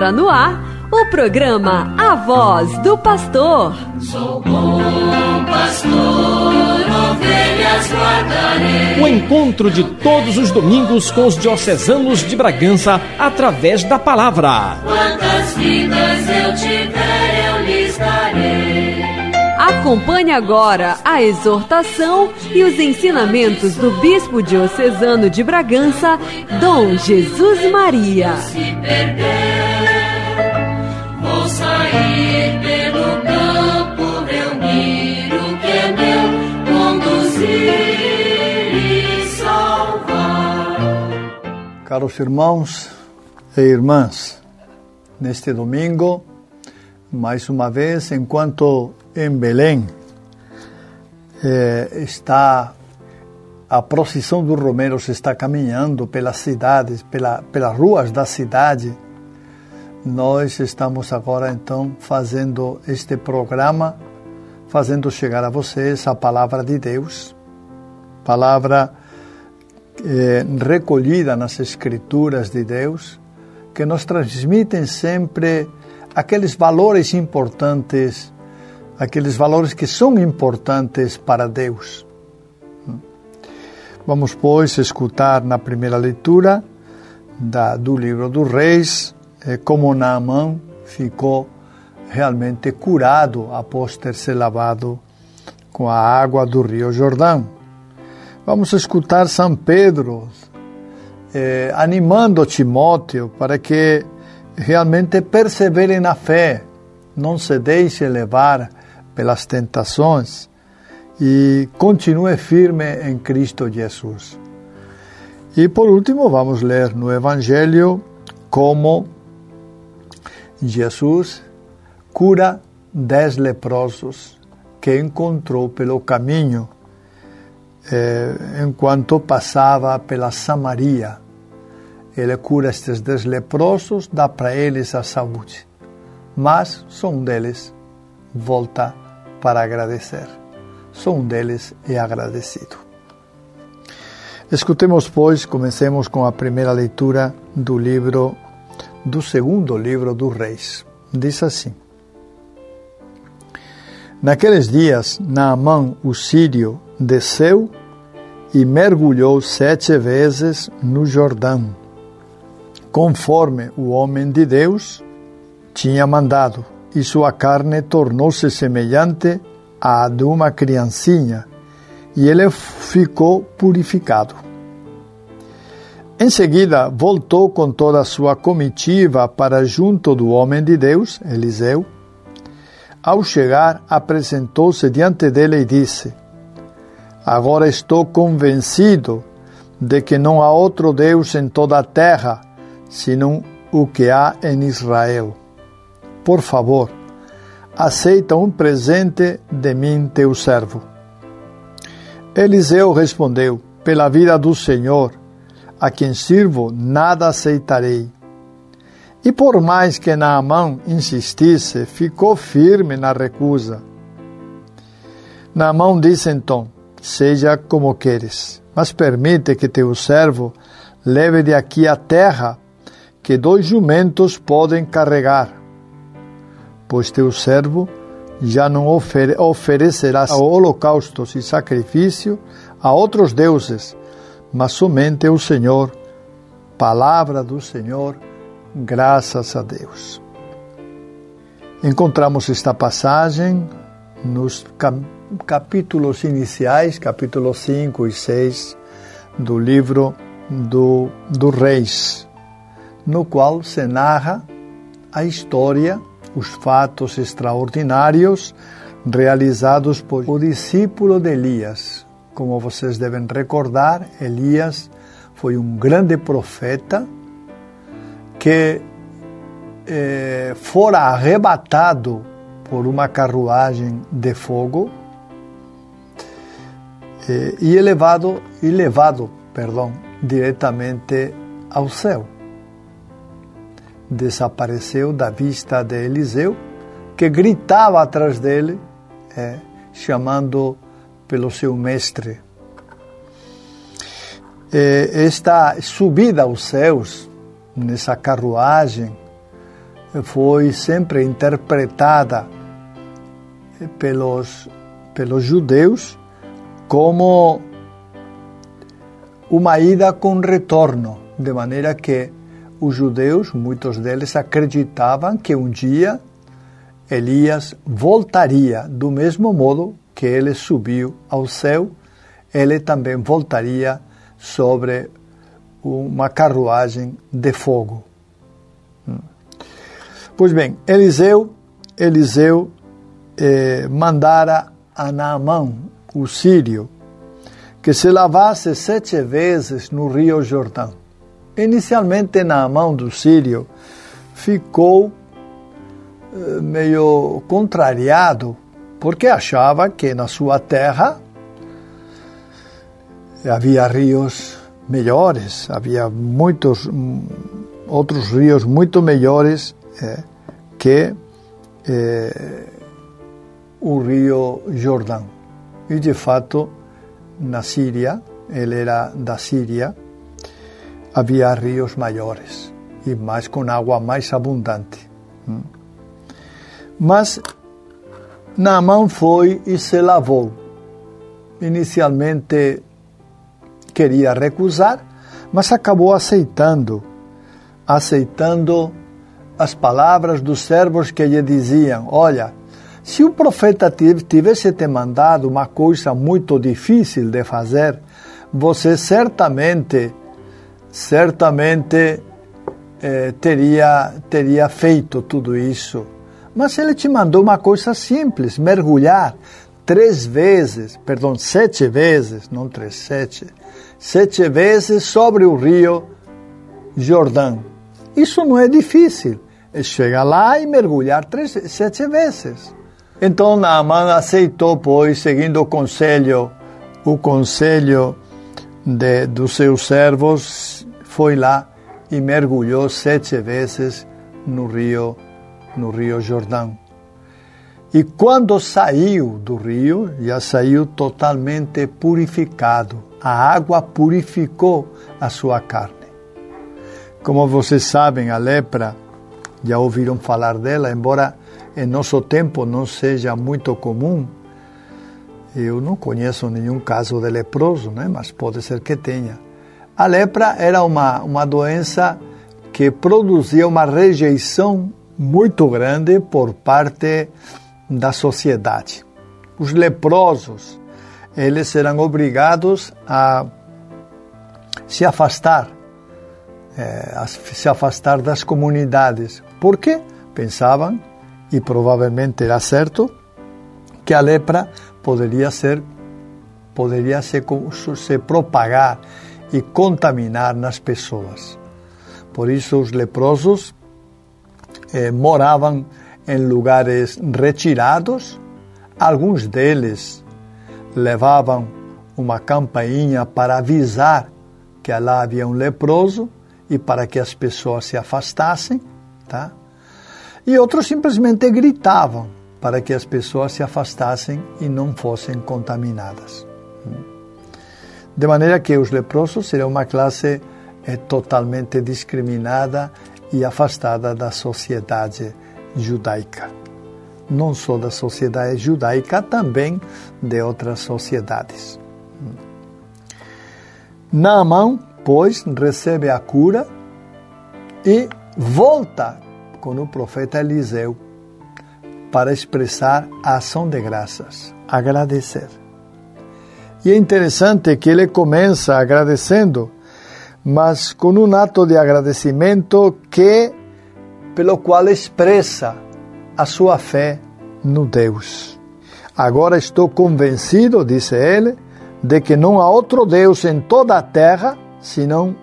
Entra no ar o programa A Voz do Pastor. Sou bom pastor, ovelhas guardarei. O encontro de todos os domingos com os diocesanos de Bragança através da palavra. Quantas vidas eu tiver, eu lhes darei. Acompanhe agora a exortação e os ensinamentos do Bispo Diocesano de Bragança, Dom Jesus Maria. Se perder, vou sair pelo campo, reunir o que é meu, conduzir e salvar. Caros irmãos e irmãs, neste domingo, mais uma vez, enquanto em Belém a procissão dos romeros está caminhando pelas cidades, pelas ruas da cidade, nós estamos agora então fazendo este programa, fazendo chegar a vocês a palavra de Deus, palavra recolhida nas Escrituras de Deus, que nos transmitem sempre aqueles valores importantes, aqueles valores que são importantes para Deus. Vamos, pois, escutar na primeira leitura do livro dos Reis, como Naamã ficou realmente curado após ter se lavado com a água do rio Jordão. Vamos escutar São Pedro animando Timóteo para que realmente persevere na fé, não se deixe levar pelas tentações e continue firme em Cristo Jesus. E por último, vamos ler no Evangelho como Jesus cura 10 leprosos que encontrou pelo caminho enquanto passava pela Samaria. Ele cura estes 10 leprosos, dá para eles a saúde, mas só um deles volta para agradecer. Só um deles é agradecido. Escutemos, pois, comecemos com a primeira leitura do segundo livro dos Reis. Diz assim: Naqueles dias, Naamã, o sírio, desceu e mergulhou 7 vezes no Jordão, conforme o homem de Deus tinha mandado, e sua carne tornou-se semelhante à de uma criancinha, e ele ficou purificado. Em seguida, voltou com toda a sua comitiva para junto do homem de Deus, Eliseu. Ao chegar, apresentou-se diante dele e disse: Agora estou convencido de que não há outro Deus em toda a terra, senão o que há em Israel. Por favor, aceita um presente de mim, teu servo. Eliseu respondeu: Pela vida do Senhor, a quem sirvo, nada aceitarei. E por mais que Naamã insistisse, ficou firme na recusa. Naamã disse então: Seja como queres, mas permite que teu servo leve de aqui a terra que 2 jumentos podem carregar, pois teu servo já não oferecerá holocaustos e sacrifício a outros deuses, mas somente ao Senhor. Palavra do Senhor, graças a Deus. Encontramos esta passagem nos capítulos iniciais, capítulos 5 e 6 do livro dos Reis, no qual se narra a história, os fatos extraordinários realizados por o discípulo de Elias. Como vocês devem recordar, Elias foi um grande profeta que fora arrebatado por uma carruagem de fogo e levado diretamente ao céu. Desapareceu da vista de Eliseu, que gritava atrás dele, chamando pelo seu mestre. Esta subida aos céus, nessa carruagem, foi sempre interpretada pelos judeus como uma ida com retorno, de maneira que os judeus, muitos deles, acreditavam que um dia Elias voltaria do mesmo modo que ele subiu ao céu, ele também voltaria sobre uma carruagem de fogo. Pois bem, Eliseu mandara a Naamã, o sírio, que se lavasse 7 vezes no rio Jordão. Inicialmente, Naamã do sírio ficou meio contrariado, porque achava que na sua terra havia rios melhores, havia muitos outros rios muito melhores que o rio Jordão. E de fato, na Síria, ele era da Síria, havia rios maiores e mais com água mais abundante. Mas Naamã foi e se lavou. Inicialmente queria recusar, mas acabou aceitando as palavras dos servos que lhe diziam: olha, se o profeta tivesse te mandado uma coisa muito difícil de fazer, você certamente teria feito tudo isso. Mas ele te mandou uma coisa simples, mergulhar 7 vezes, não 3, 7, 7 vezes sobre o rio Jordão. Isso não é difícil, é chegar lá e mergulhar 7 vezes. Então Naamã aceitou, pois, seguindo o conselho dos seus servos, foi lá e mergulhou 7 vezes no rio Jordão. E quando saiu do rio, já saiu totalmente purificado. A água purificou a sua carne. Como vocês sabem, a lepra, já ouviram falar dela, embora em nosso tempo não seja muito comum. Eu não conheço nenhum caso de leproso, né? Mas pode ser que tenha. A lepra era uma doença que produzia uma rejeição muito grande por parte da sociedade. Os leprosos, eles eram obrigados a se afastar das comunidades. Por quê? Pensavam, e provavelmente era certo, que a lepra poderia se propagar e contaminar nas pessoas. Por isso os leprosos moravam em lugares retirados. Alguns deles levavam uma campainha para avisar que lá havia um leproso e para que as pessoas se afastassem, tá? E outros simplesmente gritavam para que as pessoas se afastassem e não fossem contaminadas. De maneira que os leprosos seriam uma classe totalmente discriminada e afastada da sociedade judaica. Não só da sociedade judaica, também de outras sociedades. Naamã, pois, recebe a cura e volta com o profeta Eliseu para expressar a ação de graças, agradecer. E é interessante que ele começa agradecendo, mas com um ato de agradecimento pelo qual expressa a sua fé no Deus. Agora estou convencido, disse ele, de que não há outro Deus em toda a terra, senão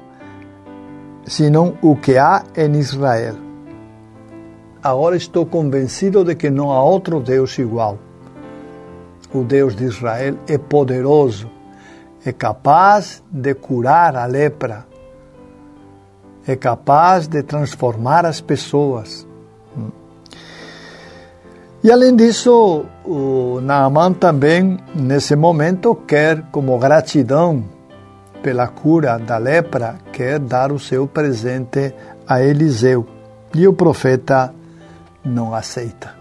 o que há em Israel. Agora estou convencido de que não há outro Deus igual. O Deus de Israel é poderoso, é capaz de curar a lepra, é capaz de transformar as pessoas. E além disso, o Naamã também, nesse momento, quer, como gratidão pela cura da lepra, quer dar o seu presente a Eliseu. E o profeta não aceita.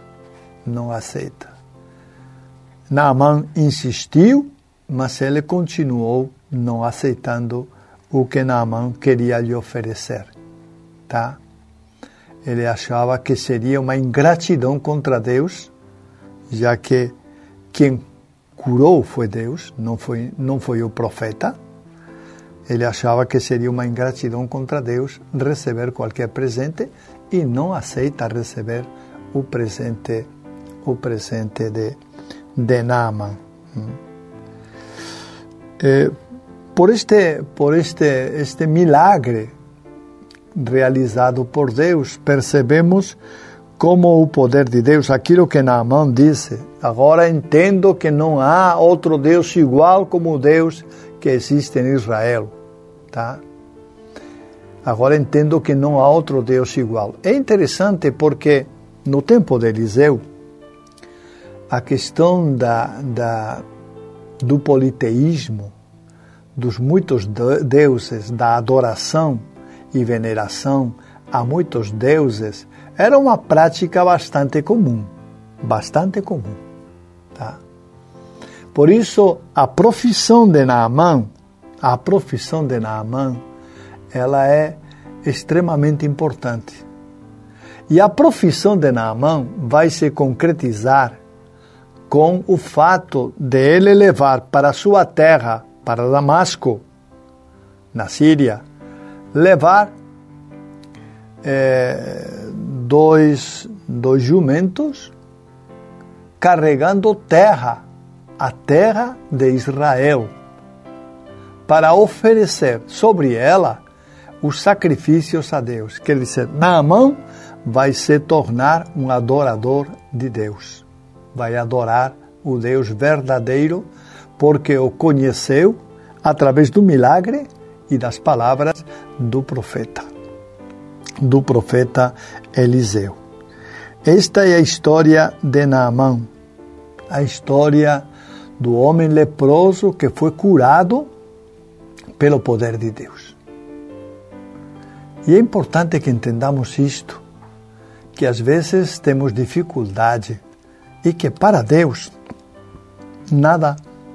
Naamã insistiu, mas ele continuou não aceitando o que Naamã queria lhe oferecer. Tá? Ele achava que seria uma ingratidão contra Deus, já que quem curou foi Deus, não foi o profeta. Ele achava que seria uma ingratidão contra Deus receber qualquer presente e não aceita receber o presente de Naamã. Por este milagre realizado por Deus, percebemos como o poder de Deus, aquilo que Naamã disse, agora entendo que não há outro Deus igual como o Deus que existe em Israel. Tá? Agora entendo que não há outro Deus igual. É interessante porque no tempo de Eliseu, a questão do politeísmo, dos muitos deuses, da adoração e veneração a muitos deuses, era uma prática bastante comum. Tá? Por isso, a profissão de Naamã, ela é extremamente importante. E a profissão de Naamã vai se concretizar com o fato de ele levar para sua terra, para Damasco, na Síria, levar dois jumentos carregando terra, a terra de Israel, para oferecer sobre ela os sacrifícios a Deus. Quer dizer, Naamã vai se tornar um adorador de Deus. Vai adorar o Deus verdadeiro, porque o conheceu através do milagre e das palavras do profeta Eliseu. Esta é a história de Naamã, a história do homem leproso que foi curado pelo poder de Deus. E é importante que entendamos isto, que às vezes temos dificuldade e que para Deus nada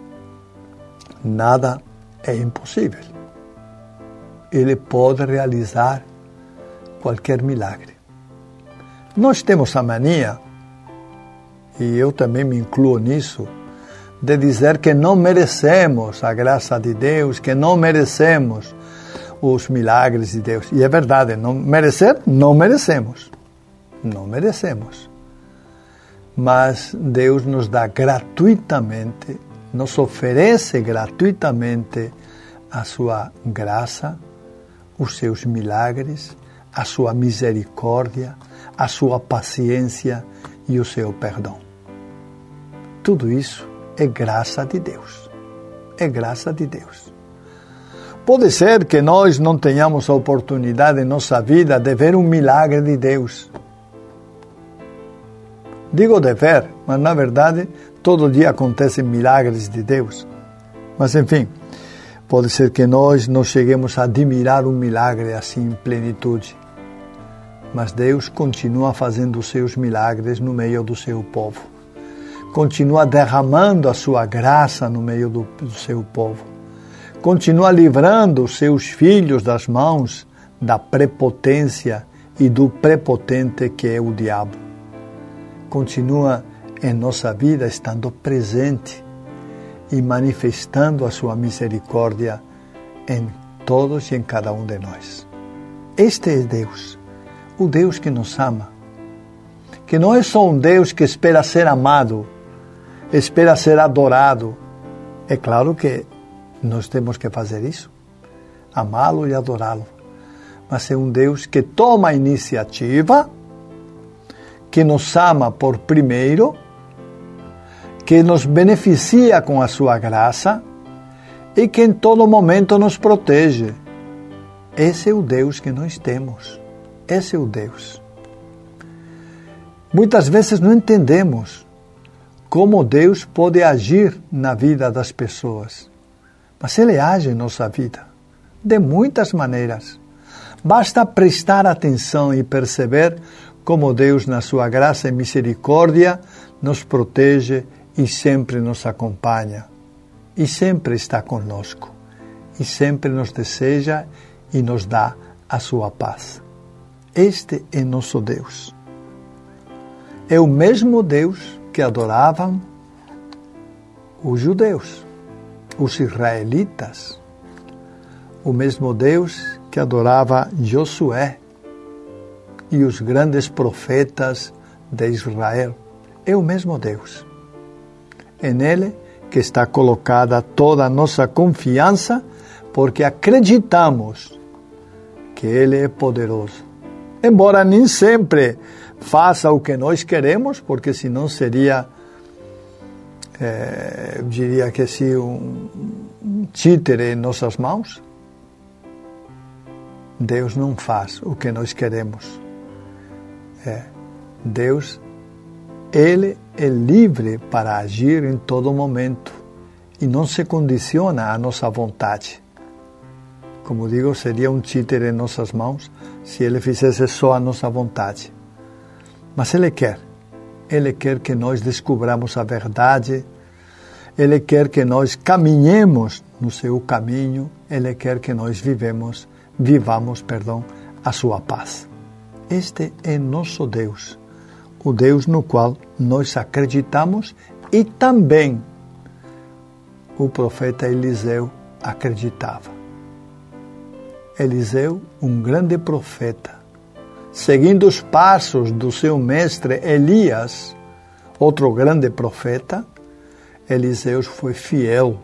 é impossível. Ele pode realizar qualquer milagre. Nós temos a mania, e eu também me incluo nisso, de dizer que não merecemos a graça de Deus, que não merecemos os milagres de Deus. E é verdade, não merecemos. Mas Deus nos dá gratuitamente, nos oferece gratuitamente a sua graça, os seus milagres, a sua misericórdia, a sua paciência e o seu perdão. Tudo isso é graça de Deus. É graça de Deus. Pode ser que nós não tenhamos a oportunidade em nossa vida de ver um milagre de Deus. Digo de ver, mas na verdade todo dia acontecem milagres de Deus. Mas enfim, pode ser que nós não cheguemos a admirar um milagre assim em plenitude. Mas Deus continua fazendo os seus milagres no meio do seu povo. Continua derramando a sua graça no meio do seu povo. Continua livrando os seus filhos das mãos da prepotência e do prepotente que é o diabo. Continua em nossa vida estando presente e manifestando a sua misericórdia em todos e em cada um de nós. Este é Deus, o Deus que nos ama, que não é só um Deus que espera ser amado, espera ser adorado. É claro que nós temos que fazer isso, amá-lo e adorá-lo, mas é um Deus que toma a iniciativa, que nos ama por primeiro, que nos beneficia com a sua graça e que em todo momento nos protege. Esse é o Deus que nós temos. Esse é o Deus. Muitas vezes não entendemos como Deus pode agir na vida das pessoas. Mas Ele age em nossa vida de muitas maneiras. Basta prestar atenção e perceber como Deus, na sua graça e misericórdia, nos protege e sempre nos acompanha, e sempre está conosco, e sempre nos deseja e nos dá a sua paz. Este é nosso Deus. É o mesmo Deus que adoravam os judeus, os israelitas. O mesmo Deus que adorava Josué e os grandes profetas de Israel. É o mesmo Deus. É nele que está colocada toda a nossa confiança, porque acreditamos que Ele é poderoso. Embora nem sempre faça o que nós queremos, porque senão seria, eu diria que sim, um títere em nossas mãos. Deus não faz o que nós queremos. Deus, Ele é livre para agir em todo momento e não se condiciona à nossa vontade. Como digo, seria um títere em nossas mãos se Ele fizesse só a nossa vontade. Mas Ele quer que nós descubramos a verdade, Ele quer que nós caminhemos no seu caminho, Ele quer que nós vivamos a sua paz. Este é nosso Deus, o Deus no qual nós acreditamos e também o profeta Eliseu acreditava. Eliseu, um grande profeta, seguindo os passos do seu mestre Elias, outro grande profeta, Eliseu foi fiel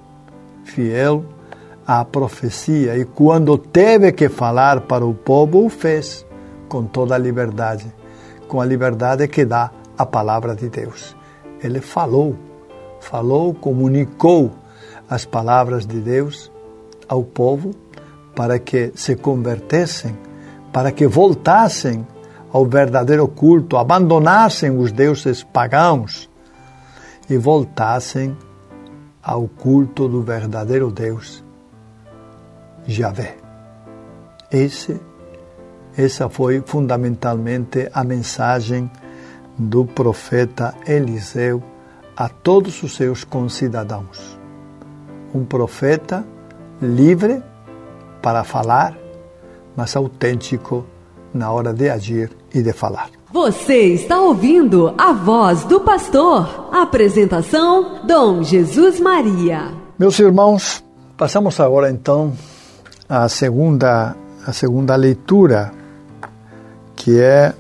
à profecia, e quando teve que falar para o povo, o fez com toda a liberdade, com a liberdade que dá a palavra de Deus. Ele falou, comunicou as palavras de Deus ao povo para que se convertessem, para que voltassem ao verdadeiro culto, abandonassem os deuses pagãos e voltassem ao culto do verdadeiro Deus, Javé. Essa foi fundamentalmente a mensagem do profeta Eliseu a todos os seus concidadãos. Um profeta livre para falar, mas autêntico na hora de agir e de falar. Você está ouvindo a voz do pastor. Apresentação, Dom Jesus Maria. Meus irmãos, passamos agora então à segunda leitura, que é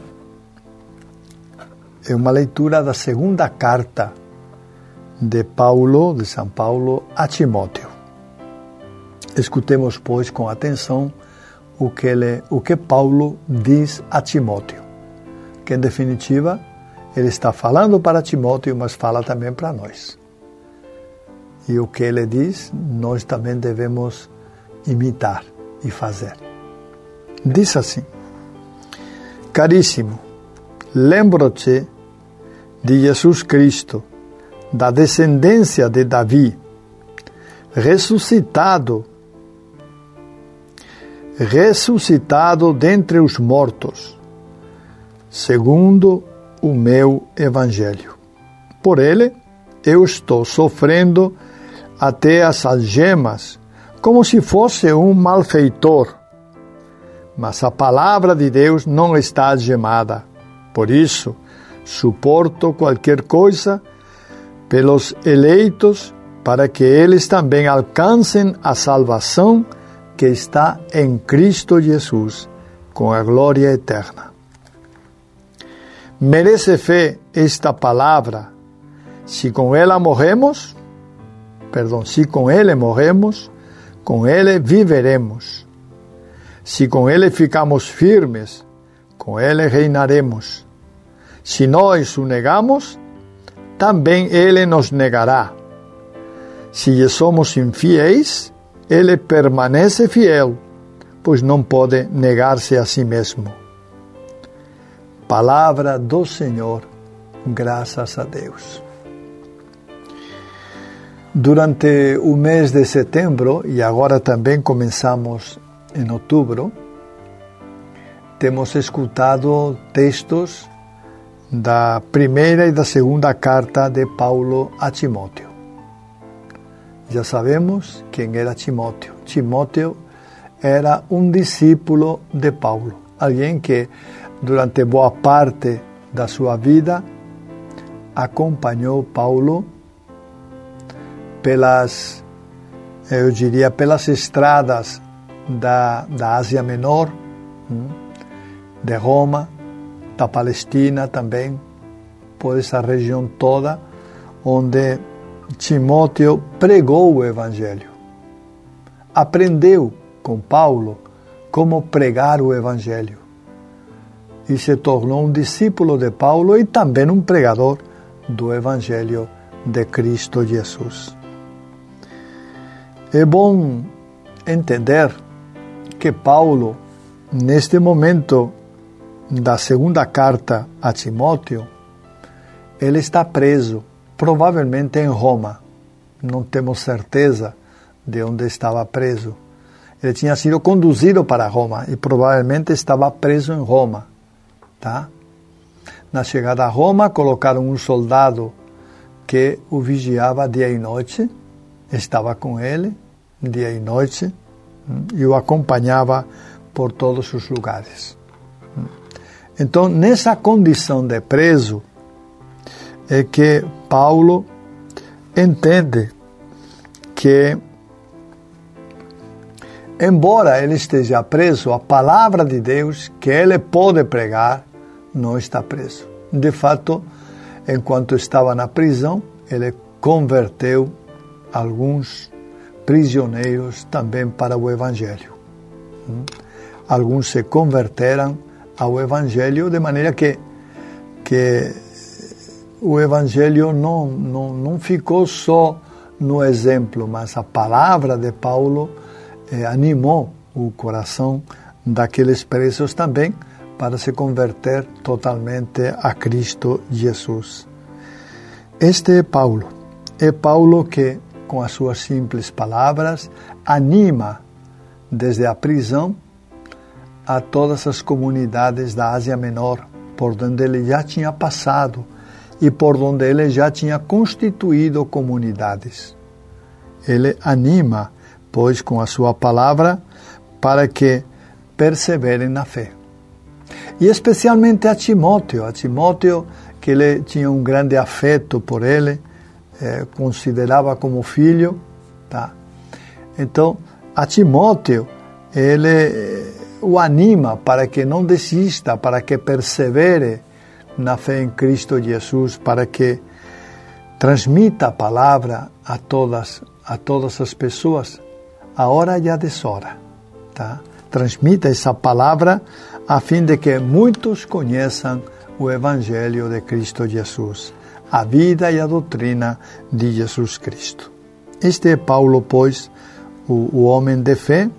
uma leitura da segunda carta de São Paulo a Timóteo. Escutemos, pois, com atenção o que Paulo diz a Timóteo, que em definitiva ele está falando para Timóteo, mas fala também para nós. E o que ele diz, nós também devemos imitar e fazer. Diz assim: Caríssimo, lembro-te de Jesus Cristo, da descendência de Davi, ressuscitado dentre os mortos, segundo o meu evangelho. Por ele, eu estou sofrendo até as algemas, como se fosse um malfeitor. Mas a palavra de Deus não está algemada. Por isso, suporto qualquer coisa pelos eleitos, para que eles também alcancem a salvação que está em Cristo Jesus, com a glória eterna. Merece fé esta palavra. Se com ele morremos, com ele viveremos. Se com ele ficamos firmes, com ele reinaremos. Se nós o negamos, também ele nos negará. Se lhe somos infiéis, ele permanece fiel, pois não pode negar-se a si mesmo. Palavra do Senhor, graças a Deus. Durante o mês de setembro, e agora também começamos em outubro, temos escutado textos da primeira e da segunda carta de Paulo a Timóteo. Já sabemos quem era Timóteo. Timóteo era um discípulo de Paulo, alguém que durante boa parte da sua vida acompanhou Paulo pelas estradas da Ásia Menor, de Roma, da Palestina também, por essa região toda, onde Timóteo pregou o Evangelho. Aprendeu com Paulo como pregar o Evangelho. E se tornou um discípulo de Paulo e também um pregador do Evangelho de Cristo Jesus. É bom entender que Paulo, neste momento da segunda carta a Timóteo, ele está preso, provavelmente em Roma. Não temos certeza de onde estava preso. Ele tinha sido conduzido para Roma e provavelmente estava preso em Roma. Tá? Na chegada a Roma, colocaram um soldado que o vigiava dia e noite, estava com ele dia e noite e o acompanhava por todos os lugares. Então, nessa condição de preso, é que Paulo entende que, embora ele esteja preso, a palavra de Deus que ele pode pregar não está preso. De fato, enquanto estava na prisão, ele converteu alguns prisioneiros também para o Evangelho. Alguns se converteram ao Evangelho, de maneira que o Evangelho não ficou só no exemplo, mas a palavra de Paulo animou o coração daqueles presos também para se converter totalmente a Cristo Jesus. Este é Paulo que, com as suas simples palavras, anima desde a prisão a todas as comunidades da Ásia Menor, por onde ele já tinha passado e por onde ele já tinha constituído comunidades. Ele anima, pois, com a sua palavra, para que perseverem na fé. E especialmente a Timóteo, que ele tinha um grande afeto por ele, considerava como filho, tá? Então, a Timóteo, ele o anima para que não desista, para que persevere na fé em Cristo Jesus, para que transmita a palavra a todas as pessoas, a hora e a deshora, tá? Transmita essa palavra a fim de que muitos conheçam o Evangelho de Cristo Jesus, a vida e a doutrina de Jesus Cristo. Este é Paulo, pois, o homem de fé.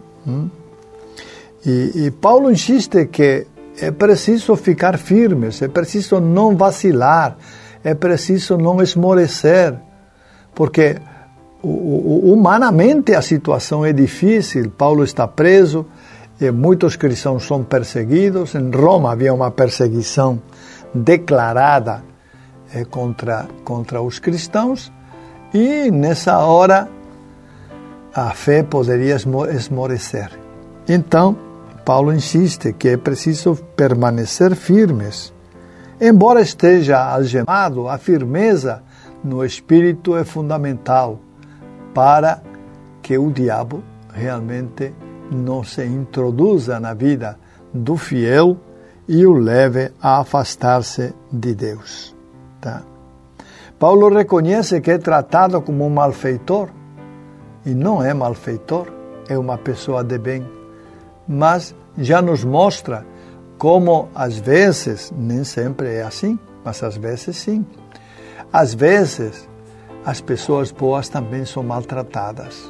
E Paulo insiste que é preciso ficar firmes, é preciso não vacilar, é preciso não esmorecer, porque humanamente a situação é difícil. Paulo está preso, e muitos cristãos são perseguidos. Em Roma havia uma perseguição declarada contra os cristãos, e nessa hora a fé poderia esmorecer. Então, Paulo insiste que é preciso permanecer firmes. Embora esteja algemado, a firmeza no espírito é fundamental para que o diabo realmente não se introduza na vida do fiel e o leve a afastar-se de Deus. Tá? Paulo reconhece que é tratado como um malfeitor, e não é malfeitor, é uma pessoa de bem. Mas já nos mostra como, às vezes, nem sempre é assim, mas às vezes sim. Às vezes, as pessoas boas também são maltratadas.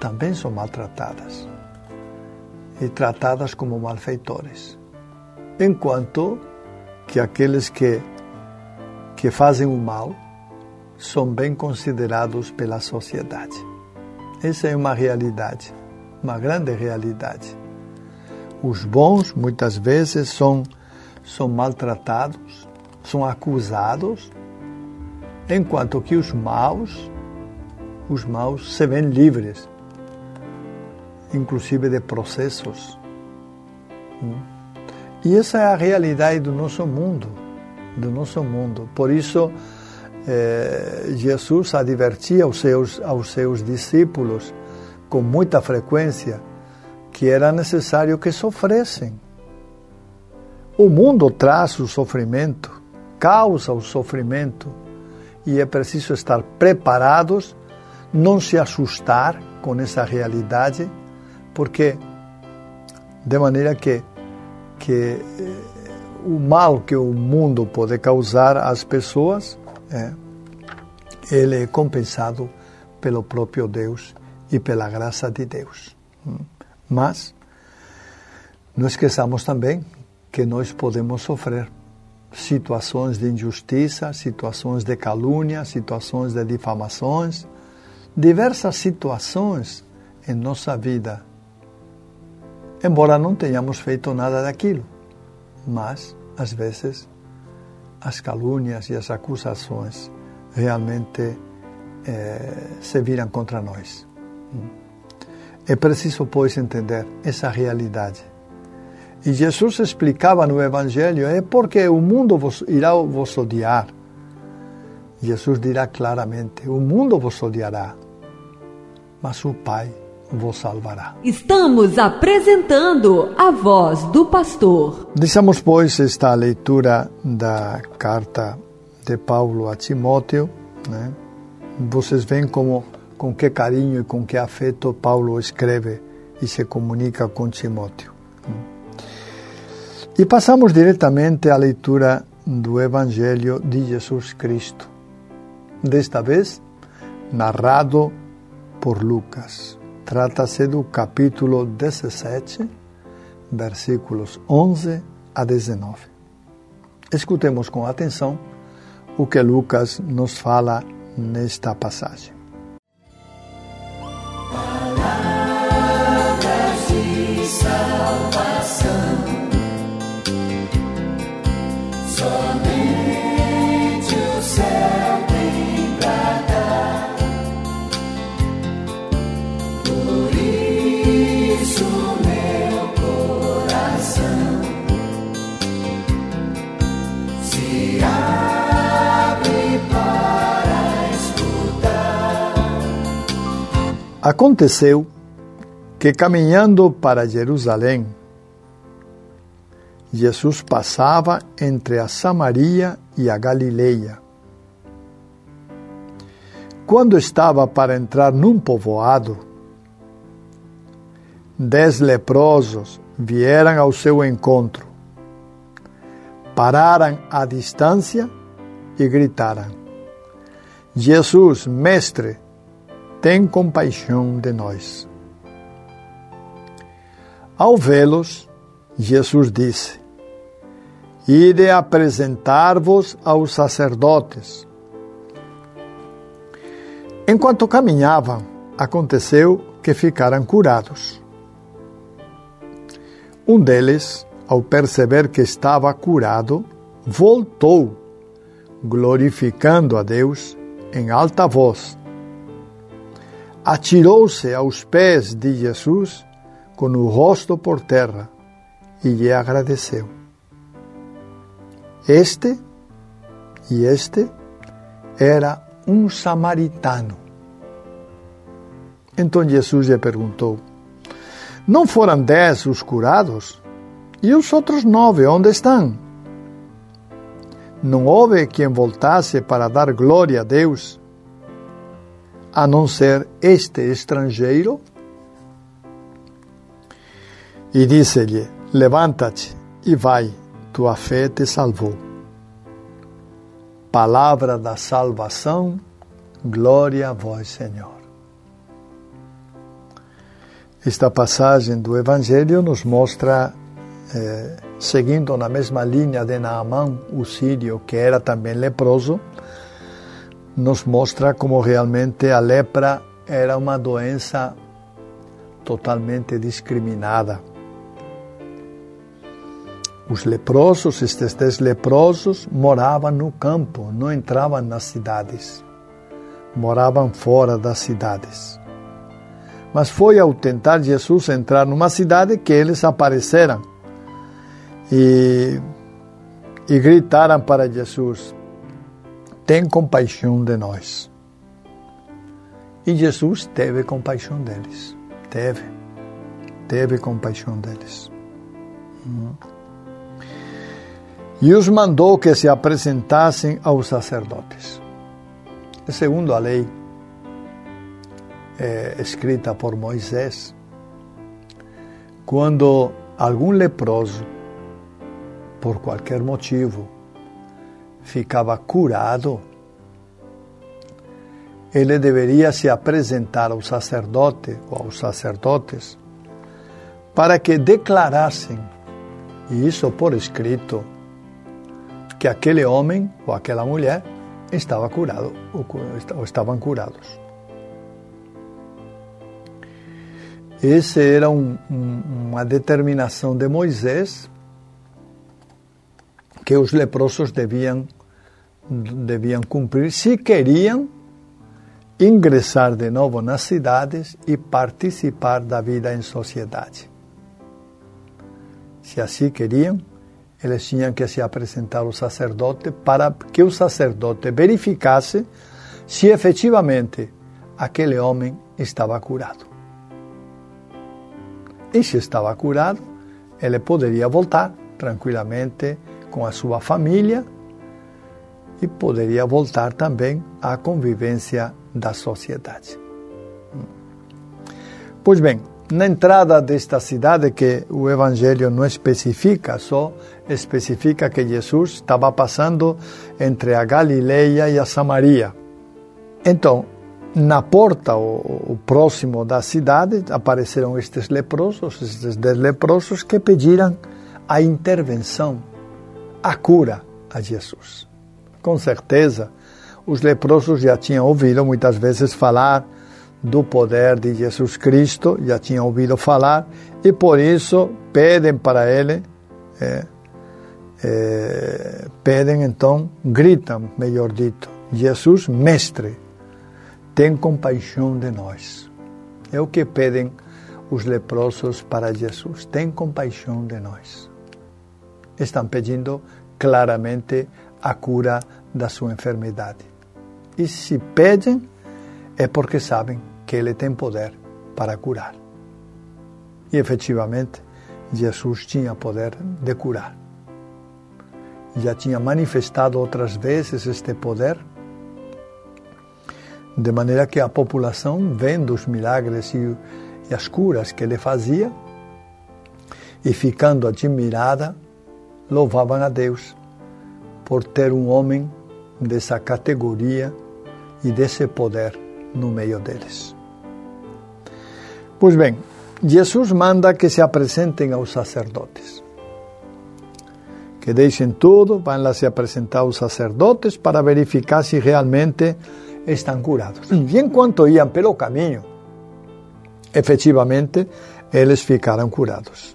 E tratadas como malfeitores. Enquanto que aqueles que fazem o mal são bem considerados pela sociedade. Essa é uma realidade, uma grande realidade. Os bons, muitas vezes, são maltratados, são acusados, enquanto que os maus se veem livres, inclusive de processos. E essa é a realidade do nosso mundo. Por isso, Jesus advertia aos seus discípulos com muita frequência que era necessário que sofressem. O mundo traz o sofrimento, causa o sofrimento, e é preciso estar preparados, não se assustar com essa realidade, porque de maneira que o mal que o mundo pode causar às pessoas, ele é compensado pelo próprio Deus e pela graça de Deus. Mas não esqueçamos também que nós podemos sofrer situações de injustiça, situações de calúnia, situações de difamações, diversas situações em nossa vida, embora não tenhamos feito nada daquilo, mas às vezes as calúnias e as acusações realmente se viram contra nós. É preciso, pois, entender essa realidade. E Jesus explicava no Evangelho, porque o mundo irá vos odiar. Jesus dirá claramente, o mundo vos odiará, mas o Pai vos salvará. Estamos apresentando a voz do pastor. Deixamos, pois, esta leitura da carta de Paulo a Timóteo, né? Vocês veem com que carinho e com que afeto Paulo escreve e se comunica com Timóteo. E passamos diretamente à leitura do Evangelho de Jesus Cristo, desta vez narrado por Lucas. Trata-se do capítulo 17, versículos 11 a 19. Escutemos com atenção o que Lucas nos fala nesta passagem. Palavras de salvação, somente o céu tem pra dar. Por isso meu coração se abre para escutar. Aconteceu que, caminhando para Jerusalém, Jesus passava entre a Samaria e a Galileia. Quando estava para entrar num povoado, 10 leprosos vieram ao seu encontro, pararam à distância e gritaram: Jesus, mestre, tem compaixão de nós. Ao vê-los, Jesus disse: Ide apresentar-vos aos sacerdotes. Enquanto caminhavam, aconteceu que ficaram curados. Um deles, ao perceber que estava curado, voltou, glorificando a Deus em alta voz. Atirou-se aos pés de Jesus com o rosto por terra e lhe agradeceu. Este era um samaritano. Então Jesus lhe perguntou: Não foram 10 os curados? E os outros 9, onde estão? Não houve quem voltasse para dar glória a Deus, a não ser este estrangeiro? E disse-lhe: Levanta-te e vai, tua fé te salvou. Palavra da salvação, glória a vós, Senhor. Esta passagem do Evangelho nos mostra, seguindo na mesma linha de Naamã, o sírio, que era também leproso, nos mostra como realmente a lepra era uma doença totalmente discriminada. Os leprosos, estes 10 leprosos, moravam no campo, não entravam nas cidades. Moravam fora das cidades. Mas foi ao tentar Jesus entrar numa cidade que eles apareceram e gritaram para Jesus: tem compaixão de nós. E Jesus teve compaixão deles. Teve compaixão deles. E os mandou que se apresentassem aos sacerdotes. Segundo a lei escrita por Moisés, quando algum leproso, por qualquer motivo, ficava curado, ele deveria se apresentar ao sacerdote ou aos sacerdotes para que declarassem, e isso por escrito, que aquele homem ou aquela mulher estava curado ou estavam curados. Essa era uma determinação de Moisés que os leprosos deviam cumprir se queriam ingressar de novo nas cidades e participar da vida em sociedade. Se assim queriam, eles tinham que se apresentar ao sacerdote para que o sacerdote verificasse se efetivamente aquele homem estava curado. E se estava curado, ele poderia voltar tranquilamente com a sua família e poderia voltar também à convivência da sociedade. Pois bem, na entrada desta cidade, que o Evangelho não especifica, só especifica que Jesus estava passando entre a Galileia e a Samaria. Então, na porta, o próximo da cidade, apareceram estes 10 leprosos que pediram a intervenção, a cura a Jesus. Com certeza, os leprosos já tinham ouvido muitas vezes falar do poder de Jesus Cristo, já tinham ouvido falar, e por isso pedem para ele, pedem então, gritam, melhor dito, Jesus, mestre, tem compaixão de nós. É o que pedem os leprosos para Jesus, tem compaixão de nós. Estão pedindo claramente a cura da sua enfermidade. E se pedem, é porque sabem que Ele tem poder para curar. E efetivamente, Jesus tinha poder de curar. Já tinha manifestado outras vezes este poder, de maneira que a população, vendo os milagres e as curas que Ele fazia, e ficando admirada, louvavam a Deus por ter um homem dessa categoria e desse poder no meio deles. Pois bem, Jesus manda que se apresentem aos sacerdotes. Que deixem tudo, vão lá se apresentar aos sacerdotes para verificar se realmente estão curados. E enquanto iam pelo caminho, efetivamente, eles ficaram curados.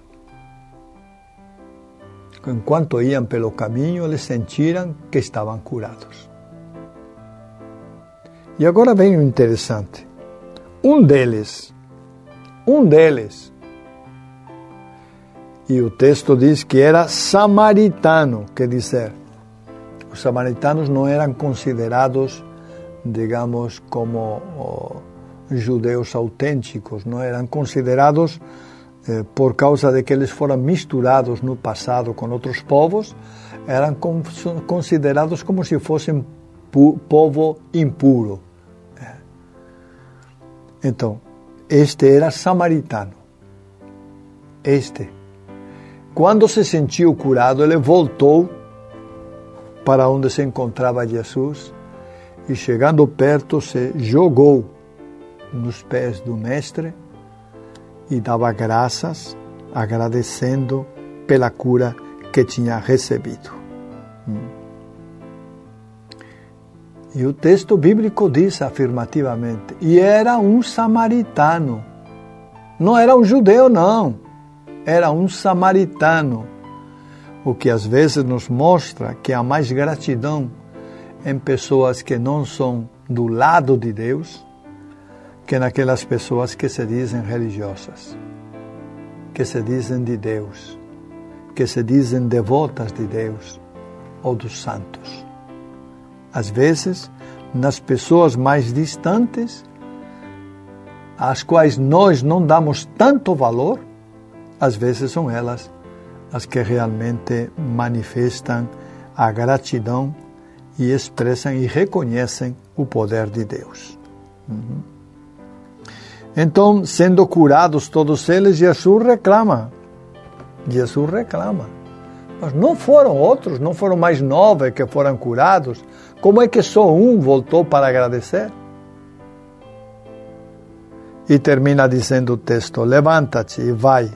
Enquanto iam pelo caminho, eles sentiram que estavam curados. E agora vem o interessante. Um deles, e o texto diz que era samaritano, quer dizer, os samaritanos não eram considerados, digamos, como judeus autênticos, não eram considerados por causa de que eles foram misturados no passado com outros povos, eram considerados como se fossem povo impuro. Então, este era samaritano. Quando se sentiu curado, ele voltou para onde se encontrava Jesus e, chegando perto, se jogou nos pés do mestre e dava graças, agradecendo pela cura que tinha recebido. E o texto bíblico diz afirmativamente, e era um samaritano. Não era um judeu, não. Era um samaritano. o que às vezes nos mostra que há mais gratidão em pessoas que não são do lado de Deus que naquelas pessoas que se dizem religiosas, que se dizem de Deus, que se dizem devotas de Deus ou dos santos. Às vezes, nas pessoas mais distantes, às quais nós não damos tanto valor, às vezes são elas as que realmente manifestam a gratidão e expressam e reconhecem o poder de Deus. Então, sendo curados todos eles, Jesus reclama. Mas não foram outros, não foram mais 9 que foram curados? Como é que só um voltou para agradecer? E termina dizendo o texto: levanta-te e vai.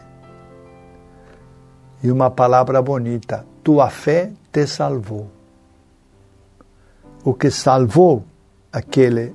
E uma palavra bonita: tua fé te salvou. O que salvou aquele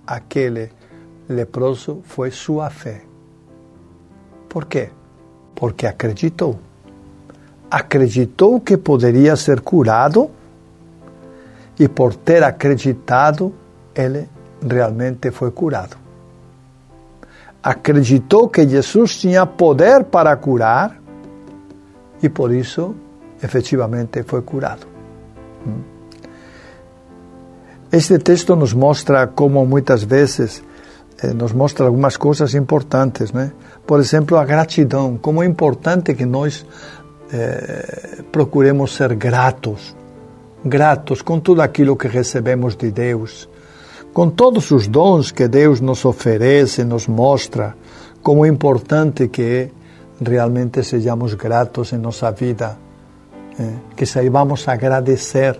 leproso foi sua fé. Por quê? Porque acreditou. Acreditou que poderia ser curado e por ter acreditado, ele realmente foi curado. Acreditou que Jesus tinha poder para curar e por isso, efetivamente, foi curado. Este texto nos mostra como muitas vezes nos mostra algumas coisas importantes, né? Por exemplo, a gratidão. Como é importante que nós procuremos ser gratos com tudo aquilo que recebemos de Deus, com todos os dons que Deus nos oferece, nos mostra, como é importante que é realmente sejamos gratos em nossa vida, que saibamos agradecer.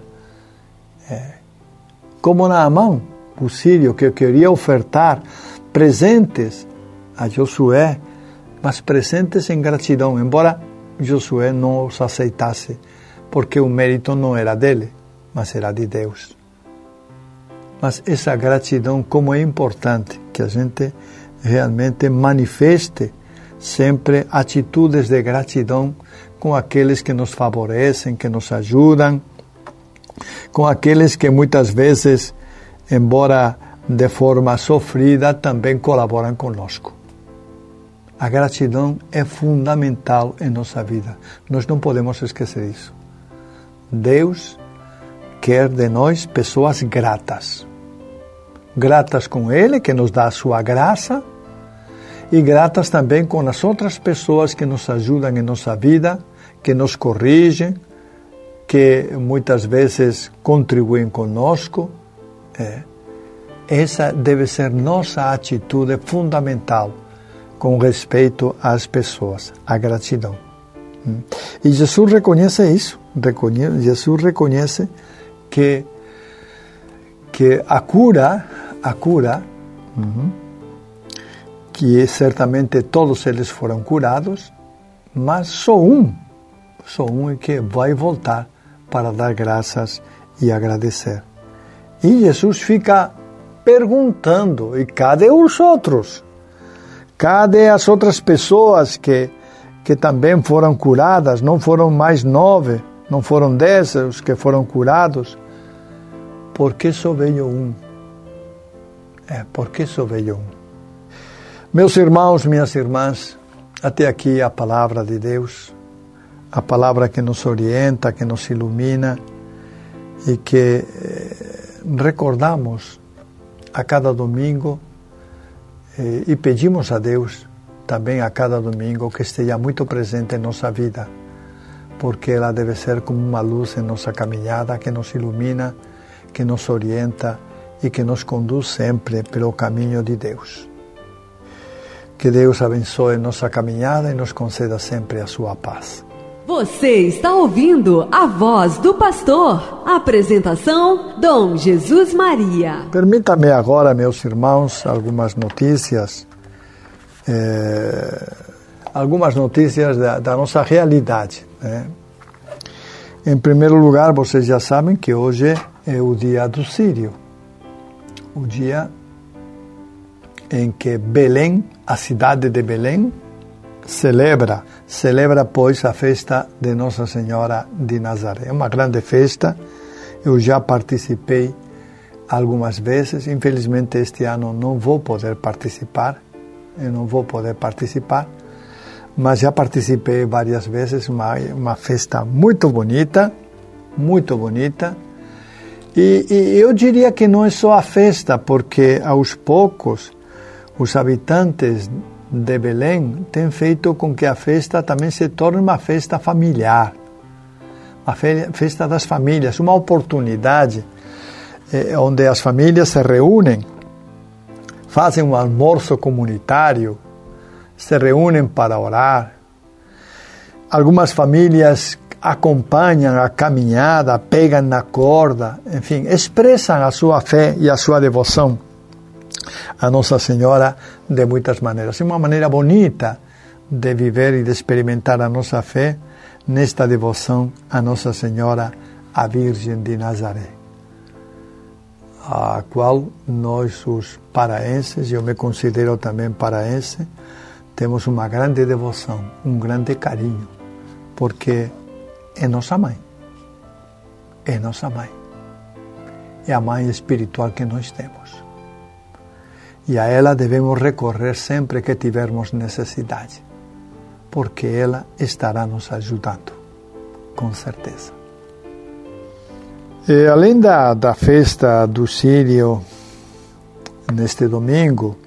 Como Naamã, o sírio, que queria ofertar presentes a Josué, mas presentes em gratidão, embora Josué não os aceitasse, porque o mérito não era dele, mas era de Deus. Mas essa gratidão, como é importante que a gente realmente manifeste sempre atitudes de gratidão com aqueles que nos favorecem, que nos ajudam, com aqueles que muitas vezes, embora de forma sofrida, também colaboram conosco. A gratidão é fundamental em nossa vida. Nós não podemos esquecer isso. Deus quer de nós pessoas gratas. Gratas com Ele, que nos dá a sua graça, e gratas também com as outras pessoas que nos ajudam em nossa vida, que nos corrigem, que muitas vezes contribuem conosco. Essa deve ser nossa atitude fundamental com respeito às pessoas, a gratidão. E Jesus reconhece isso. Jesus reconhece que a cura, que certamente todos eles foram curados, mas só um é que vai voltar para dar graças e agradecer. E Jesus fica perguntando: e cadê os outros? Cadê as outras pessoas que também foram curadas? Não foram mais 9, não foram 10 os que foram curados? Por que só veio um? Por que só veio um? Meus irmãos, minhas irmãs, até aqui a palavra de Deus, a palavra que nos orienta, que nos ilumina e que recordamos a cada domingo e pedimos a Deus também a cada domingo que esteja muito presente em nossa vida, porque ela deve ser como uma luz em nossa caminhada que nos ilumina, que nos orienta e que nos conduz sempre pelo caminho de Deus. Que Deus abençoe nossa caminhada e nos conceda sempre a sua paz. Você está ouvindo a voz do pastor. Apresentação, Dom Jesus Maria. Permita-me agora, meus irmãos, algumas notícias da nossa realidade, né? Em primeiro lugar, vocês já sabem que hoje é o dia do Sírio, o dia em que Belém, a cidade de Belém, celebra, pois, a festa de Nossa Senhora de Nazaré. É uma grande festa, eu já participei algumas vezes, infelizmente este ano não vou poder participar, mas já participei várias vezes, uma festa muito bonita, e eu diria que não é só a festa, porque aos poucos os habitantes de Belém têm feito com que a festa também se torne uma festa familiar, uma festa das famílias, uma oportunidade onde as famílias se reúnem, fazem um almoço comunitário, se reúnem para orar. Algumas famílias acompanham a caminhada, pegam na corda, enfim, expressam a sua fé e a sua devoção a Nossa Senhora de muitas maneiras. É uma maneira bonita de viver e de experimentar a nossa fé nesta devoção a Nossa Senhora, a Virgem de Nazaré, a qual nós, os paraenses, eu me considero também paraense, temos uma grande devoção, um grande carinho, porque é nossa mãe. É nossa mãe. É a mãe espiritual que nós temos. E a ela devemos recorrer sempre que tivermos necessidade, porque ela estará nos ajudando, com certeza. E além da festa do Sírio, neste domingo,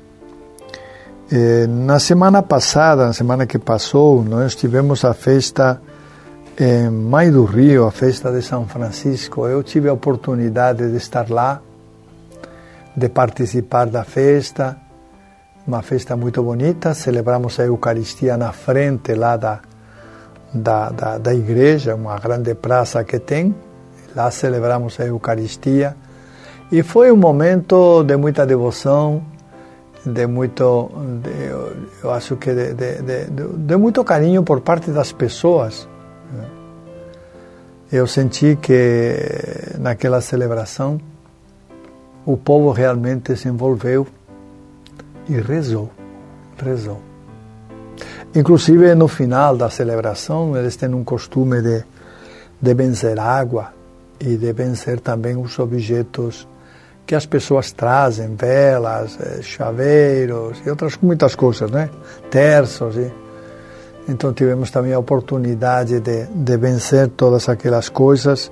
na semana passada, na semana que passou, nós tivemos a festa em Maio do Rio, a festa de São Francisco. Eu tive a oportunidade de estar lá, de participar da festa, uma festa muito bonita. Celebramos a Eucaristia na frente lá da igreja, uma grande praça que tem. Lá celebramos a Eucaristia e foi um momento de muita devoção, eu acho que de muito carinho por parte das pessoas. Eu senti que naquela celebração o povo realmente se envolveu e rezou. Inclusive no final da celebração eles têm um costume de benzer água e de benzer também os objetos que as pessoas trazem, velas, chaveiros e outras muitas coisas, né? Terços. Então tivemos também a oportunidade de vencer todas aquelas coisas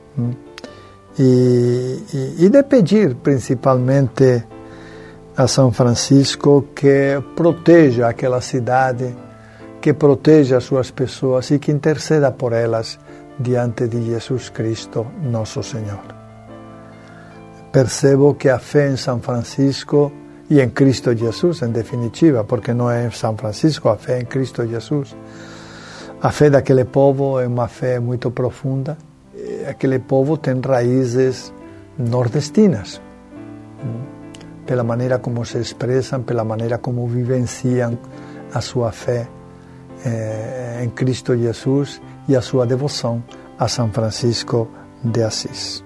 e de pedir principalmente a São Francisco que proteja aquela cidade, que proteja as suas pessoas e que interceda por elas diante de Jesus Cristo, nosso Senhor. Percebo que a fé em São Francisco e em Cristo Jesus, em definitiva, porque não é em São Francisco, a fé em Cristo Jesus. A fé daquele povo é uma fé muito profunda. Aquele povo tem raízes nordestinas, pela maneira como se expressam, pela maneira como vivenciam a sua fé em Cristo Jesus e a sua devoção a São Francisco de Assis.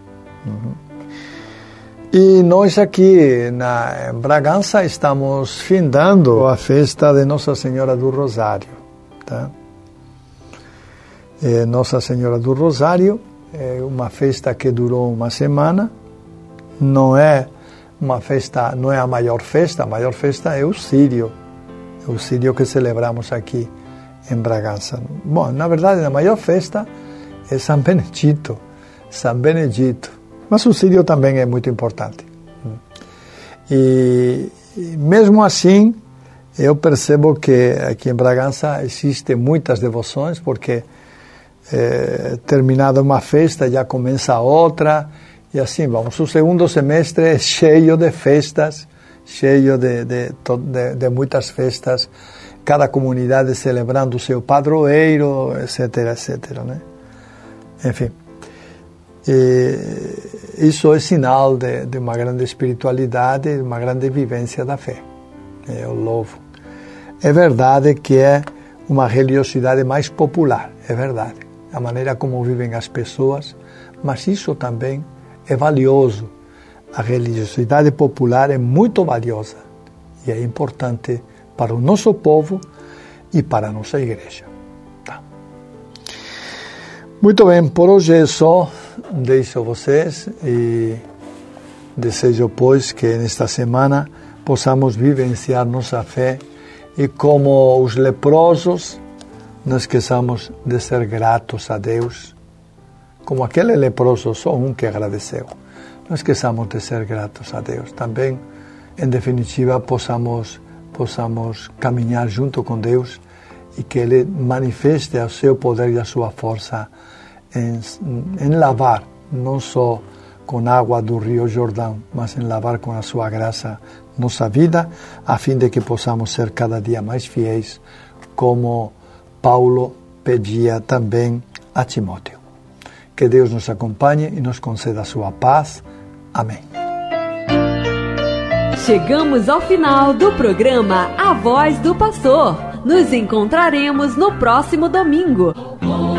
E nós aqui em Bragança estamos findando a festa de Nossa Senhora do Rosário. Tá? Nossa Senhora do Rosário é uma festa que durou uma semana. Não é uma festa, não é a maior festa é o Sírio. É o Sírio que celebramos aqui em Bragança. Bom, na verdade, a maior festa é São Benedito. Mas o Sírio também é muito importante. E mesmo assim, eu percebo que aqui em Bragança existem muitas devoções, porque terminada uma festa já começa outra, e assim vamos. O segundo semestre é cheio de festas, cheio de muitas festas, cada comunidade celebrando o seu padroeiro, etc. Né? Enfim. Isso é sinal de uma grande espiritualidade, de uma grande vivência da fé. Eu louvo. É verdade que é uma religiosidade mais popular, é verdade. A maneira como vivem as pessoas, mas isso também é valioso. A religiosidade popular é muito valiosa e é importante para o nosso povo e para a nossa igreja. Tá. Muito bem, por hoje é só. Deixo vocês e desejo, pois, que nesta semana possamos vivenciar nossa fé e, como os leprosos, não esqueçamos de ser gratos a Deus. Como aquele leproso, só um que agradeceu. Não esqueçamos de ser gratos a Deus. Também, em definitiva, possamos caminhar junto com Deus e que Ele manifeste o seu poder e a sua força em lavar, não só com água do Rio Jordão, mas em lavar com a sua graça nossa vida, a fim de que possamos ser cada dia mais fiéis, como Paulo pedia também a Timóteo. Que Deus nos acompanhe e nos conceda a sua paz. Amém. Chegamos ao final do programa A Voz do Pastor. Nos encontraremos no próximo domingo.